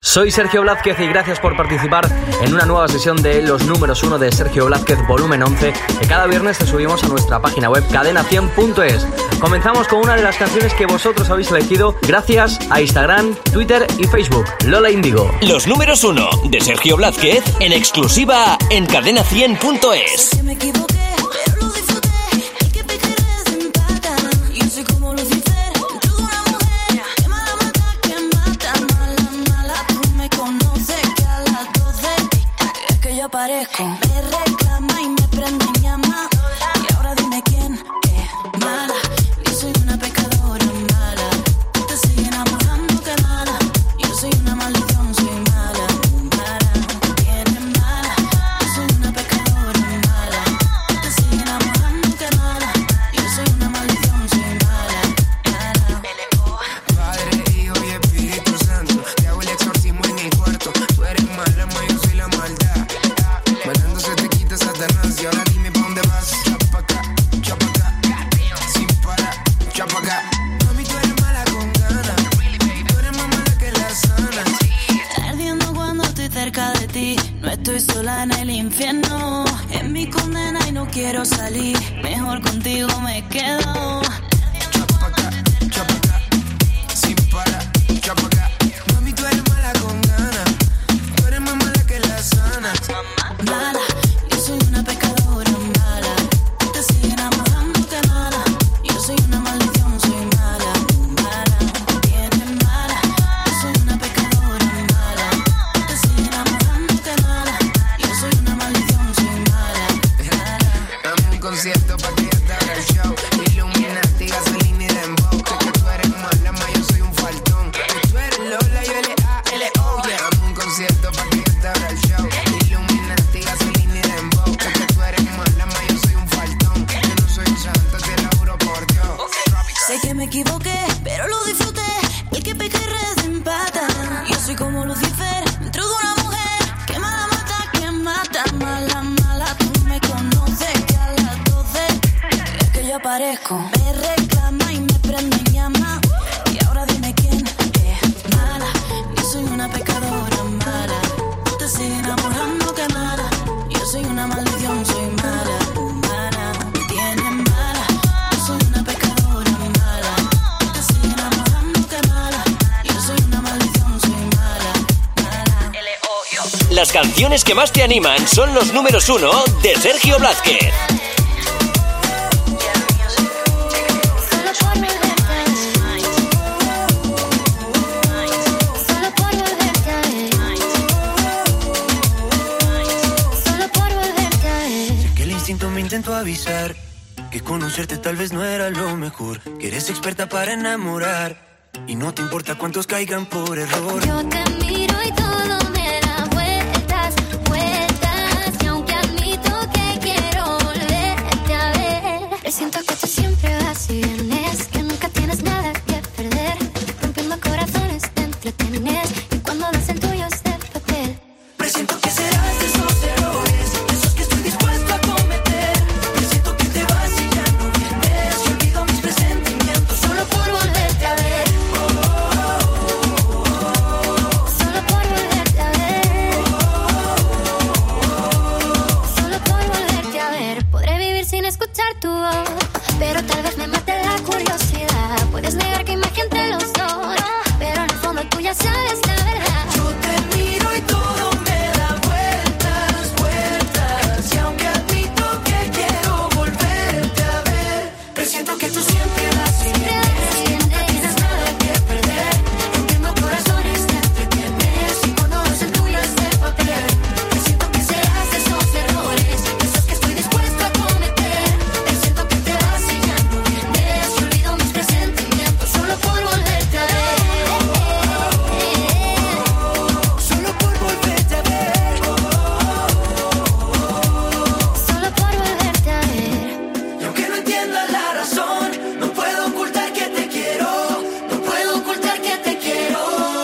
Soy Sergio Blázquez y gracias por participar en una nueva sesión de los números 1 de Sergio Blázquez volumen 11, que cada viernes te subimos a nuestra página web cadena100.es. Comenzamos con una de las canciones que vosotros habéis elegido gracias a Instagram, Twitter y Facebook, Lola Índigo. Los números 1 de Sergio Blázquez en exclusiva en cadena100.es. Parezco. Me reclama y me prende en llama. Y ahora dime quién es mala. Yo soy una pecadora mala. Tú te sigues enamorando, que mala. Yo soy una maldición, soy mala, mala. ¿Quién es mala? Yo soy una pecadora mala. Tú te sigues enamorando, que mala. Yo soy una maldición, soy mala, mala. Padre, Hijo y Espíritu Santo, te hago el exorcismo en mi cuarto. Tú eres mala, ma, yo soy la maldad. Bailando se te quita Satanás y ahora dime pa' dónde vas. Chapa acá, sin parar, chapa acá. Mami, tú eres mala con ganas, tú eres más mala que la sana. Ardiendo cuando estoy cerca de ti, no estoy sola en el infierno. En mi condena y no quiero salir, mejor contigo me quedo. Chapa acá, sin parar, chapa acá. Mami, tú eres mala con ganas, tú eres más mala que la sana. Mala, yo soy una pecadora mala. Tú te sigues enamorando, que mala. Yo soy una maldición, soy mala, mala. Tienes mala, yo soy una pecadora mala. Tú te sigues enamorando, que mala. Yo soy una maldición, soy mala, mala. Dame un concierto pa' que ya te haga el show. Illuminati, gasolina y dembow. Que tú eres mala, ma, yo soy un faltón. Que tú eres Lola, yo L-A-L-O, yeah. Dame un concierto pa' que ya te haga el show. Illuminati, gasolina y dembow. Que tú eres mala, ma, yo soy un faltón. Yo no soy santa, te lo juro por Dios. Sé que me equivoqué, pero lo disfruté. El que peca y desempata. Yo soy como Lucifer, dentro de una mujer. Que mala mata, que mata. Mala, mala, tú me conoces. Que a las 12 es que yo aparezco. Me reclama y me prende en llama. Y ahora dime quién es mala. Yo soy una pecadora mala. Tú te sigues enamorando, que mala. Yo soy una maldición, soy mala, mala. Me tienes mala. Yo soy una pecadora mala. Tú te sigues enamorando, que mala. Yo soy una maldición, soy mala, mala. Las canciones que más te animan son los números 1 de Sergio Blázquez. Me intento avisar que conocerte tal vez no era lo mejor, que eres experta para enamorar y no te importa cuántos caigan por error. Yo te miro y todo me da vueltas, vueltas, y aunque admito que quiero volverte a ver, siento que tú siempre vas y vienes, que nunca tienes nada que perder, rompiendo corazones te entretienes y cuando das el tuyo es de papel. Presiento que serás de esos errores, esos que estoy dispuesto a cometer. Presiento que te vas y ya no vienes, y olvido mis presentimientos solo por volverte a ver. Solo por volverte a ver, solo por volverte a ver. Podré vivir sin escuchar tu voz, pero tal vez me mate la curiosidad. Puedes negar que imagen entre los dos, pero en el fondo tú ya sabes la verdad. Yo te miro y todo me da vueltas, vueltas, y aunque admito que quiero volverte a ver, presiento que tú siempre vas y vienes, nunca tienes nada que perder, rompiendo corazones te entretienes y cuando das el tuyo es de papel. Presiento que serás de esos errores, esos que estoy dispuesto a cometer. Presiento que te vas y ya no vienes, y olvido mis presentimientos solo por volverte a ver. Solo por volverte a ver. Solo por volverte a ver. Y aunque no entiendas la razón, no puedo ocultar que te quiero, no puedo ocultar que te quiero.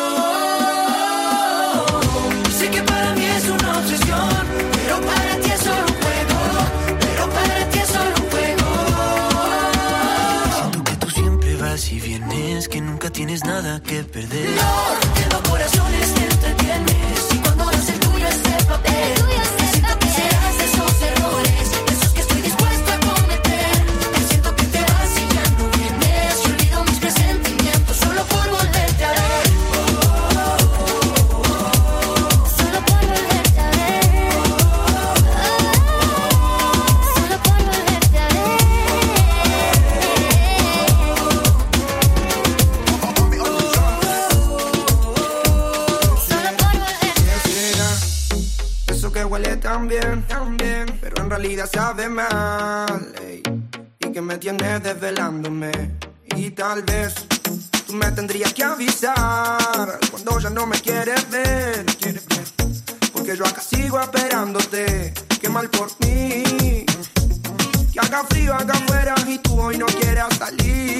Sé que para mí es una obsesión, pero para ti es solo un juego, pero para ti es solo un juego. Siento que tú siempre vas y vienes, que nunca tienes nada que perder. No, rompiendo corazones te entretiene. huele tan bien, pero en realidad sabe mal, ey. Y que me tienes desvelándome. Y tal vez tú me tendrías que avisar cuando ya no me quieres ver, porque yo acá sigo esperándote. Qué mal por mí, que haga frío acá afuera y tú hoy no quieras salir.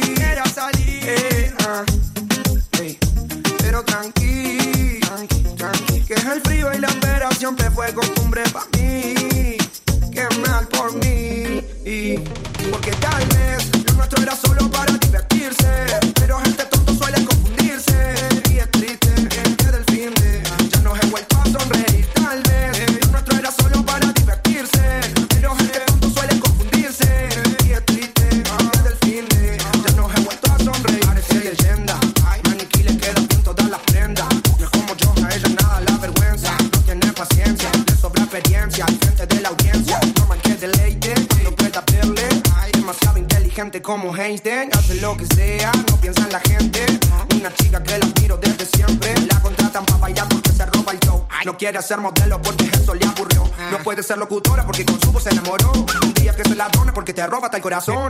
Pero tranqui, que es el frío y la espera siempre fue costumbre para mí. Qué mal por mí, porque tal vez lo nuestro era solo para divertirse, pero gente tonto suele confundirse. Y es triste que del fin de ya nos he vuelto a sonreír. Tal vez lo nuestro era solo para divertirse, pero gente tonto suele confundirse. Y es triste que del fin de ya nos he vuelto a sonreír. Parece leyenda, maniquí le quedan bien todas las prendas. No es como yo, a ella nada la vergüenza. No tiene paciencia, le sobra experiencia al frente de la audiencia. No man que deleite cuando pueda verle. Demasiado inteligente como Einstein, hace lo que sea, no piensa en la gente. Una chica que la admiro desde siempre, la contratan para bailar porque se roba el show. No quiere ser modelo porque eso le aburrió. No puede ser locutora porque con su voz se enamoró. Un día que se la dona porque te roba hasta el corazón.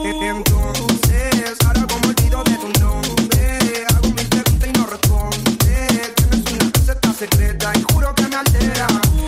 Entonces, ahora como olvido de tu nombre, hago mil preguntas y no responde. Tienes una receta secreta y juro que me altera.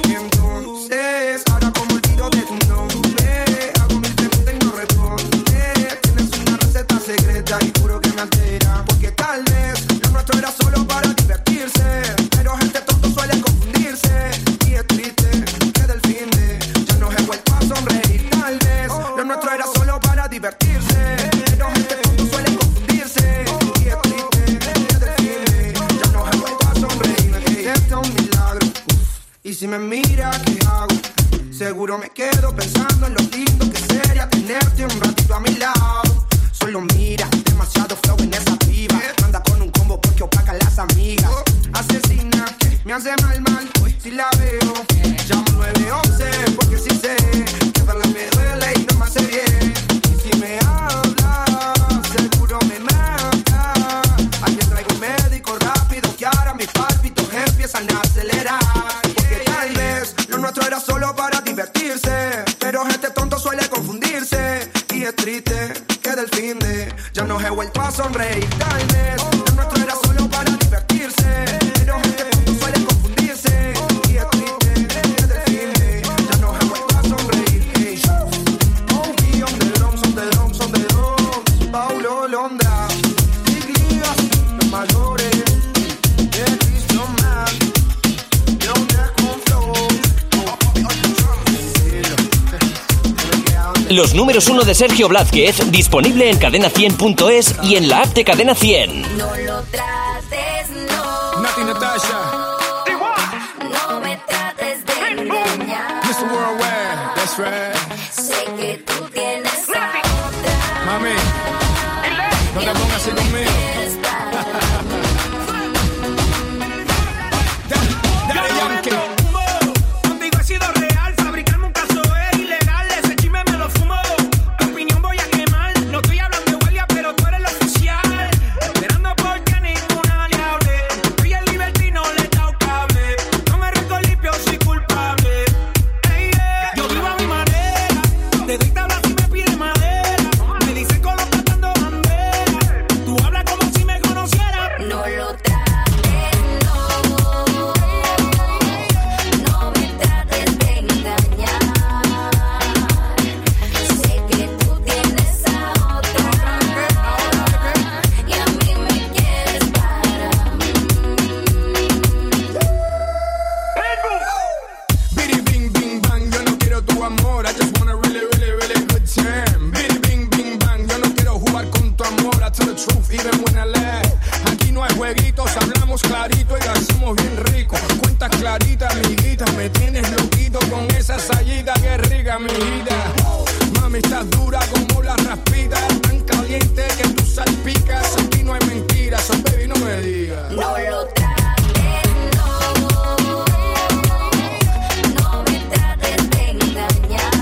Entonces, ahora como olvido de tu nombre, hago mil preguntas y no responde. Tienes una receta secreta y juro que me altera. Porque tal vez lo nuestro era solo para divertirse, pero gente tonto suele confundirse. Y es triste que del fin de ya nos he vuelto a sonreír. Tal vez lo nuestro era solo para divertirse, pero gente tonto suele confundirse. Y es triste que del fin de ya nos he vuelto a sonreír. Este es un milagro. Y si me mira, ¿qué hago? Seguro me quedo pensando en lo lindo que sería tenerte un ratito a mi lado. Solo mira, demasiado flow en esa piba. Anda con un combo porque opaca las amigas. Asesina, me hace mal, si la veo. Llamo 911 porque sí sé que verla me duele y no me hace bien. Y si me habla, seguro me mata. Aquí traigo un médico rápido que ahora mis pálpitos empiezan a acelerar. Porque tal vez lo nuestro era solo para divertirse, pero gente tonto suele confundirse. Y es triste que del fin de ya nos he vuelto a sonreír. Tal vez lo nuestro era solo para divertirse, pero gente tonto suele confundirse. Y es triste que del fin de ya nos he vuelto a sonreír. Hey. Oh, y on the drums, Paulo Londra, Big Ligas, los mayores, de Christian Man, Londra con flow. Los números 1 de Sergio Blázquez, disponible en cadena100.es y en la app de Cadena 100. No lo trates, no. Nati Natasha, No me trates de engañar. Mr. Worldwide, that's right. Sé que tú tienes a otra. Mami, no te pongas así conmigo. Quieres para Dale, Yankee. Contigo he sido real, fabricarme un caso es ilegal. Ese chisme me lo fumo, tu opinión voy a quemar. No estoy hablando de guardia, pero tú eres el oficial. Esperando porque ninguna le hable. Estoy en libertino, le he dado cable. No me arranco limpio, soy culpable. Hey, yeah. Yo vivo a mi manera, te doy tabla si me pide madera. Me dicen colocando bandera. Tú hablas como si me conocieras. no lo trates, no. No me trates de engañar. Sé que tú tienes a otra. Y a mí me quieres para mí. Biddy bing bing bang, yo no quiero tu amor. I just want a really, really, really good time. Biddy bing bing bang, yo no quiero jugar con tu amor. I tell the truth even when I lie. Aquí no hay jueguitos, hablamos clarito y lo hacemos bien rico. Cuentas claritas, amiguita, me tienes loquito con esa sayita que rica, amiguita. Mami, estás dura como la raspita, tan caliente que tú salpicas. Aquí no hay mentiras, so baby, no me digas. No lo trates, no. No me trates de engañar.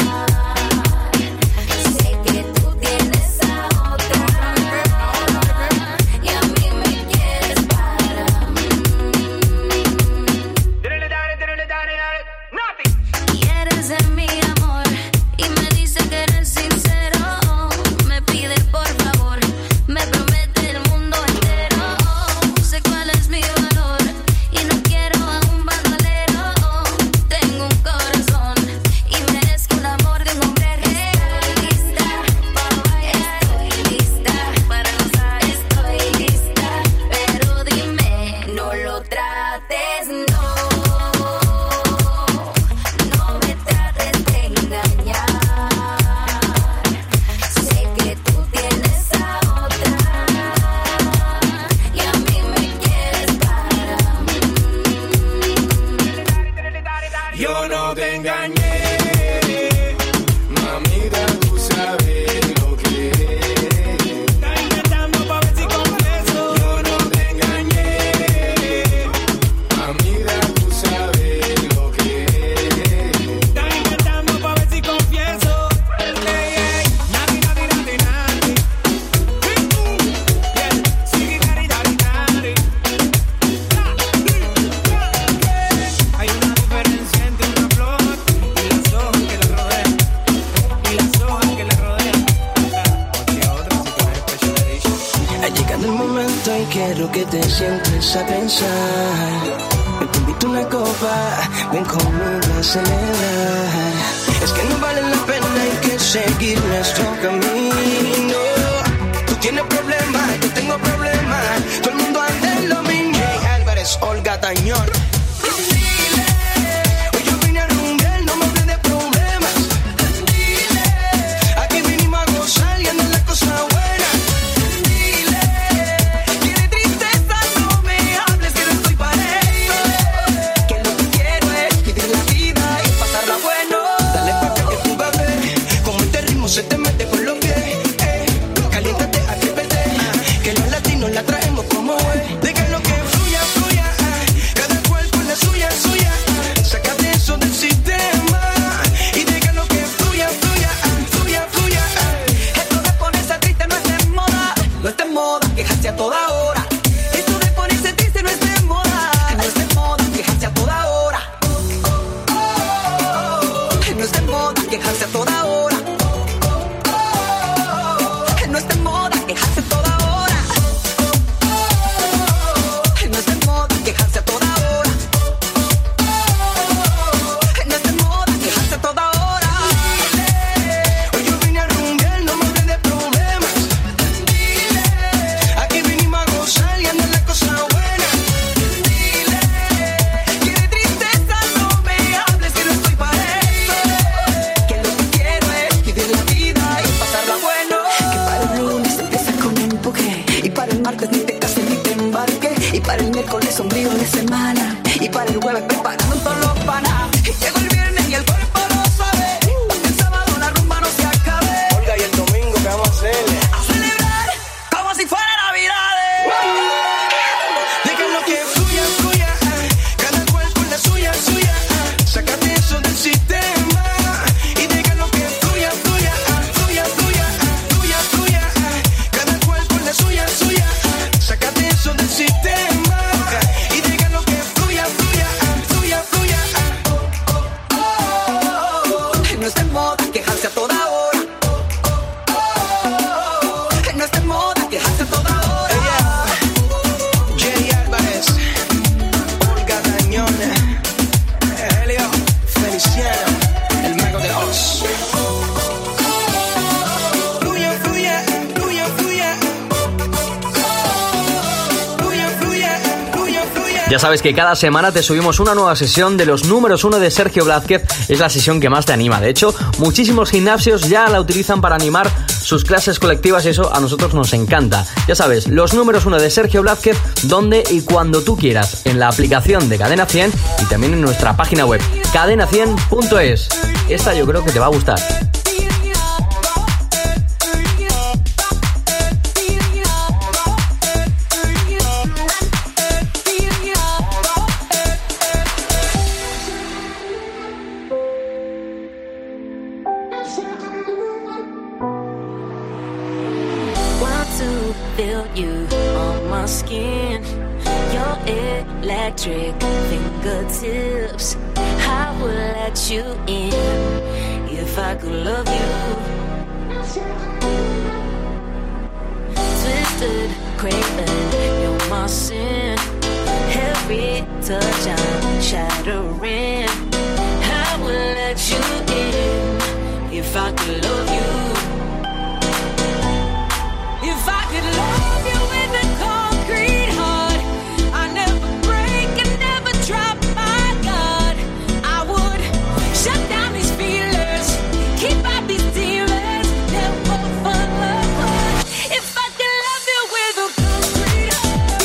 Sé que tú tienes a otra. Y a mí me quieres para mí. Dale, no. te engañé. Mamita, tú sabes lo que es. Estás intentando pa' ver si confieso. Yo no te engañé. Mamita, tú sabes lo que es. Estás intentando pa' ver si confieso. Nati, nati, nati, nati. Sigue cari, cari, cari. Hay una diferencia entre una flor y las hojas que la rodean. Y las hojas que la rodean. Porque otra sí que es special edition. Ha llegado el momento y quiero que te sientes a pensar. Yo te invito a una copa, ven conmigo a celebrar. Es que no vale la pena, hay que seguir nuestro camino. Tú tienes problemas, yo tengo problemas. Todo el mundo anda en lo mismo. Jay Álvarez, Olga Tañón. Hoy yo vine a rumbear, no me hables de problemas. Aquí vinimos a gozar y andar la cosa buena. Tiene tristeza, no me hables que no estoy para eso. Que lo que quiero es vivir la vida y pasarla bueno. Dale pa' acá que tú vas a ver cómo este ritmo se te mete por los pies. Caliéntate, atrévete, que los latinos la traemos como es. Deja lo que fluya, fluya, cada cual con la suya, suya. Sácate eso del sistema y deja lo que fluya, fluya, fluya, fluya. Esto de ponerse triste no es de moda, no es de moda, quejarse a toda hora. Esto de ponerse triste no es de moda, no es de moda, quejarse a toda hora. No es de moda, quejarse a toda hora. No es de moda, quejarse a toda hora. No es de moda, quejarse a toda hora. No es de moda, quejarse a toda hora. Hoy yo vine a rumbear, no me hables de problemas. Aquí vinimos a gozar y andar la cosa buena. Tiene tristeza, no me hables que no estoy para eso. Que lo que quiero es vivir la vida y pasarla bueno. Que para el lunes empiezas con empuje, y para el martes ni te cases ni te embarques, y para el miércoles sombrío de semana, y para el jueves preparando todos los panas. Y llegó el viernes y el cuerpo lo sabe, para que el sábado la rumba no se acabe. Olga, y el domingo, ¿qué vamos a hacer? A celebrar como si fuera Navidades. Deja lo que fluya, fluya, cada cual con la suya, suya. Sácate eso del sistema y deja lo que fluya, fluya, fluya, fluya, fluya, fluya. Cada cual con la suya, suya. Sácate eso del sistema y deja lo que fluya, fluya, fluya, fluya. No es de moda quejarse a toda hora. No es de moda quejarse a toda hora. Jay Álvarez, Olga Tañón, Helio Feliciano, el mago de Oz. Fluya, fluya, fluya, fluya. Fluya, fluya, fluya, fluya. Ya sabes que cada semana te subimos una nueva sesión de los números 1 de Sergio Blázquez. Es la sesión que más te anima. De hecho, muchísimos gimnasios ya la utilizan para animar sus clases colectivas y eso a nosotros nos encanta. Ya sabes, los números 1 de Sergio Blázquez, donde y cuando tú quieras, en la aplicación de Cadena 100 y también en nuestra página web, cadena100.es. Esta yo creo que te va a gustar. Want to feel you on my skin, your electric fingertips. I would let you in if I could love you. Twisted, craving, you're my sin. Every touch I'm shattering. I would let you in if I could love you. If I could love you with a concrete heart, I never break and never drop my guard. I would shut down these feelings, keep out these demons, never fall apart. If I could love you with a concrete heart,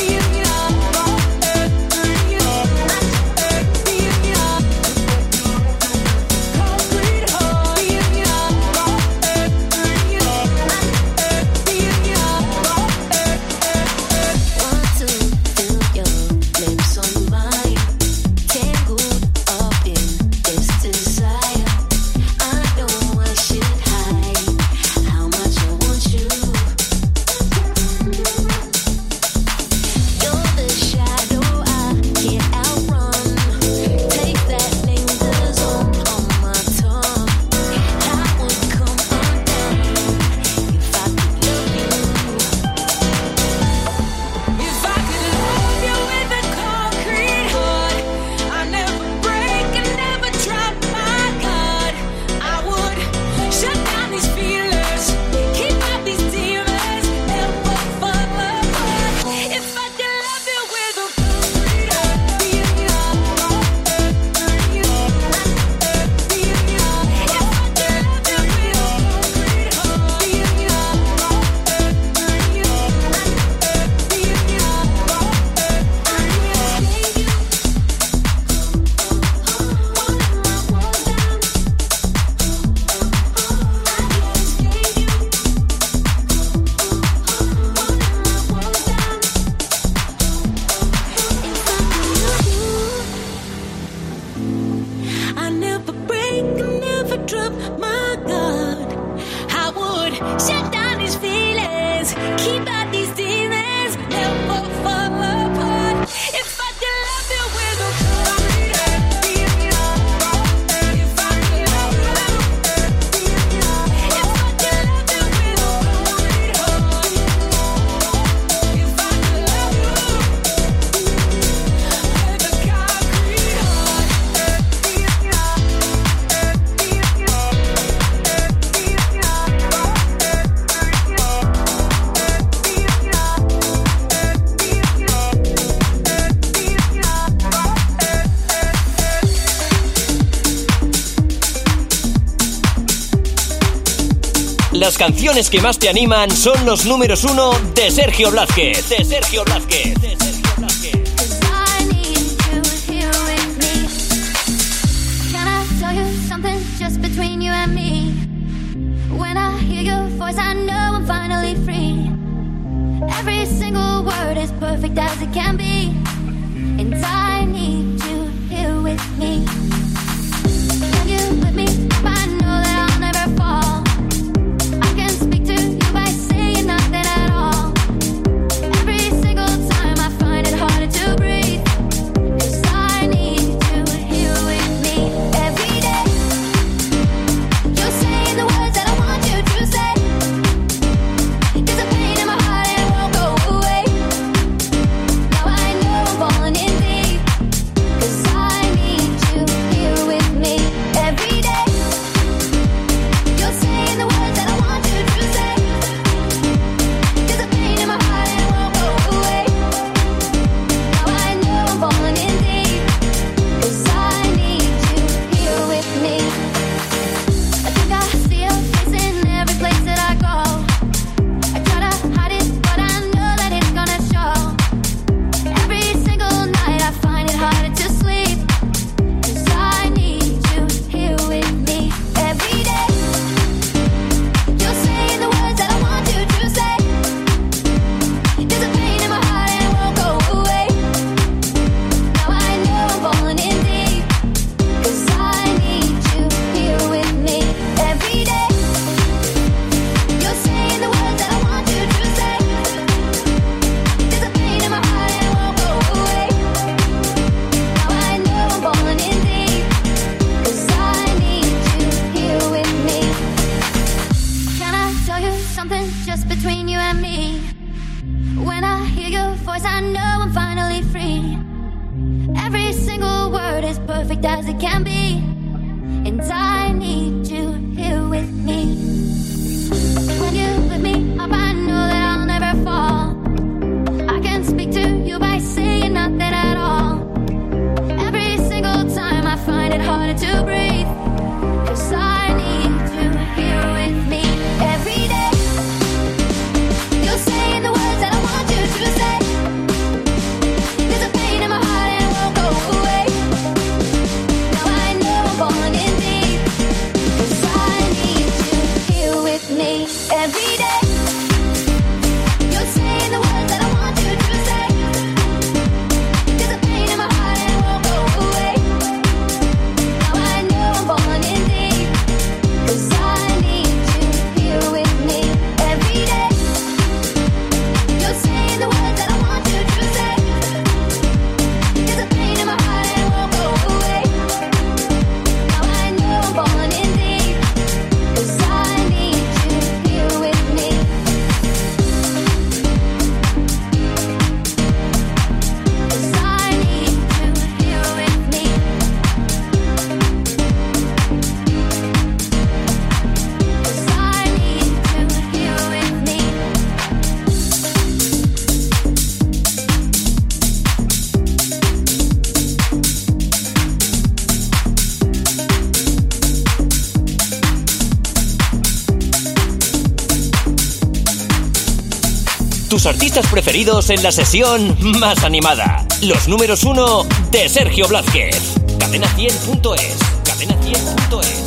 Las canciones que más te animan son los números 1 de Sergio Blázquez. De Sergio Blázquez. De Sergio Blázquez. I need you here with me. Can I tell you something just between you and me? When I hear your voice, I know I'm finally free. Every single word is perfect as it can be. And I need you here with me. When you with me, I know that I'll never fall. I can speak to you by saying nothing at all. Every single time I find it harder to breathe. 'Cause I need you here with me every day. You're saying the words that I want you to say. There's a pain in my heart and it won't go away. Now I know I'm falling in deep. 'Cause I need you here with me every day. You're saying the words that I want you to say. There's a pain in my heart and it won't go away. Now I know I'm falling in deep. 'Cause I need you here with me. I think I see your face in every place that I go. I try to hide it, but I know that it's gonna show. Every single night I find it harder to sleep. 'Cause I need you here with me every day. You're saying the words that I want you to say. There's a pain in my heart and it won't go away. Now I know I'm falling in deep. 'Cause I need you here with me every day. You're saying the words that I want you to say. There's a pain in my heart and it won't go away. Now I know I'm falling in deep. 'Cause I need you here with me. Can I tell you something just between you and me? When I hear your voice, I know I'm finally free. Every single word is perfect as it can be. And I need you here with me. When you lift me up, I know that I'll never fall. I can speak to you by saying nothing at all. Every single time I find it harder to breathe. 'Cause I need you here with me every day. You're saying the words that I want you to say. There's a pain in my heart and it won't go away. Now I know I'm falling in deep. 'Cause I need you here with me every day. You're saying the words that I want you to say. There's a pain in my heart and it won't go away. Now I know I'm falling in deep. 'Cause I need you here with me every day. You're saying the words that I want you to say. There's a pain in my heart and it won't go away. Now I know I'm falling in deep. 'Cause I need you here with me. 'Cause I need you here with me. 'Cause I need you here with me. Tus artistas preferidos en la sesión más animada. Los números 1 de Sergio Blázquez. Cadena100.es. Cadena100.es.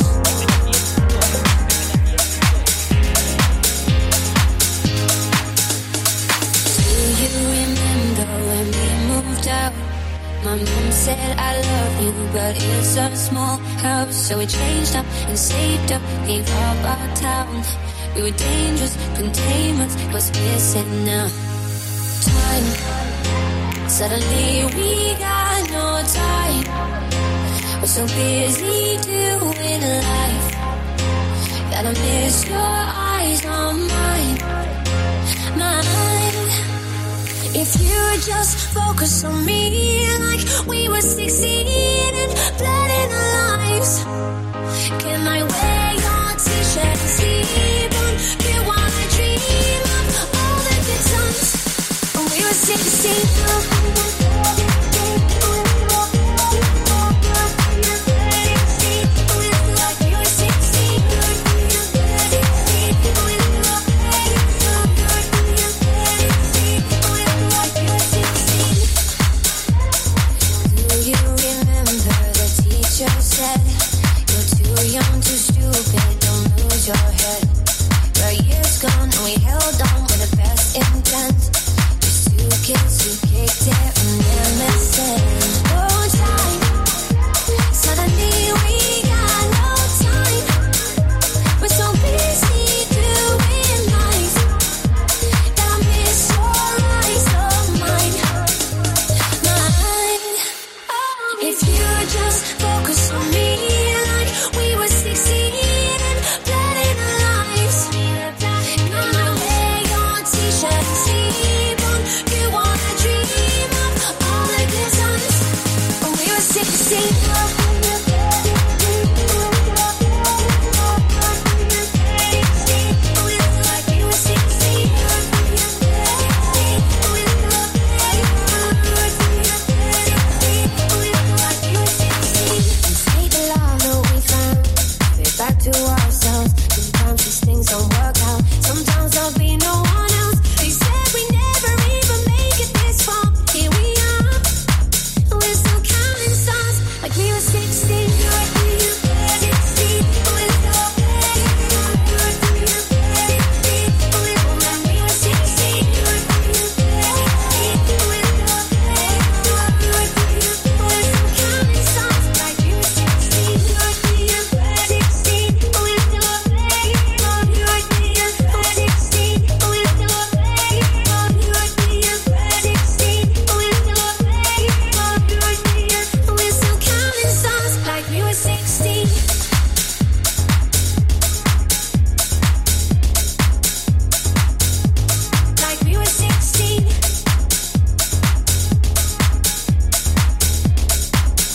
Do you remember when we moved out? My mom said I love you, but it's a small house. So we changed up and saved up, gave up our town. We were dangerous, containment was missing now. Time, suddenly we got no time. We're so busy doing life that I miss your eyes on mine. Mine. If you just focus on me like we were 16 and planning our lives. Can I wear your t-shirt and sleep on you while I dream of all the good times when we were 16? We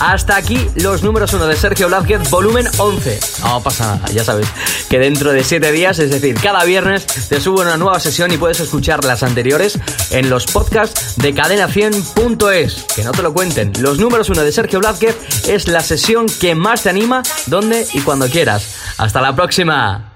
Hasta aquí los números 1 de Sergio Blázquez, volumen 11. No pasa nada, ya sabes que dentro de 7 días, es decir, cada viernes, te subo una nueva sesión y puedes escuchar las anteriores en los podcasts de cadena100.es. Que no te lo cuenten. Los números 1 de Sergio Blázquez es la sesión que más te anima, donde y cuando quieras. ¡Hasta la próxima!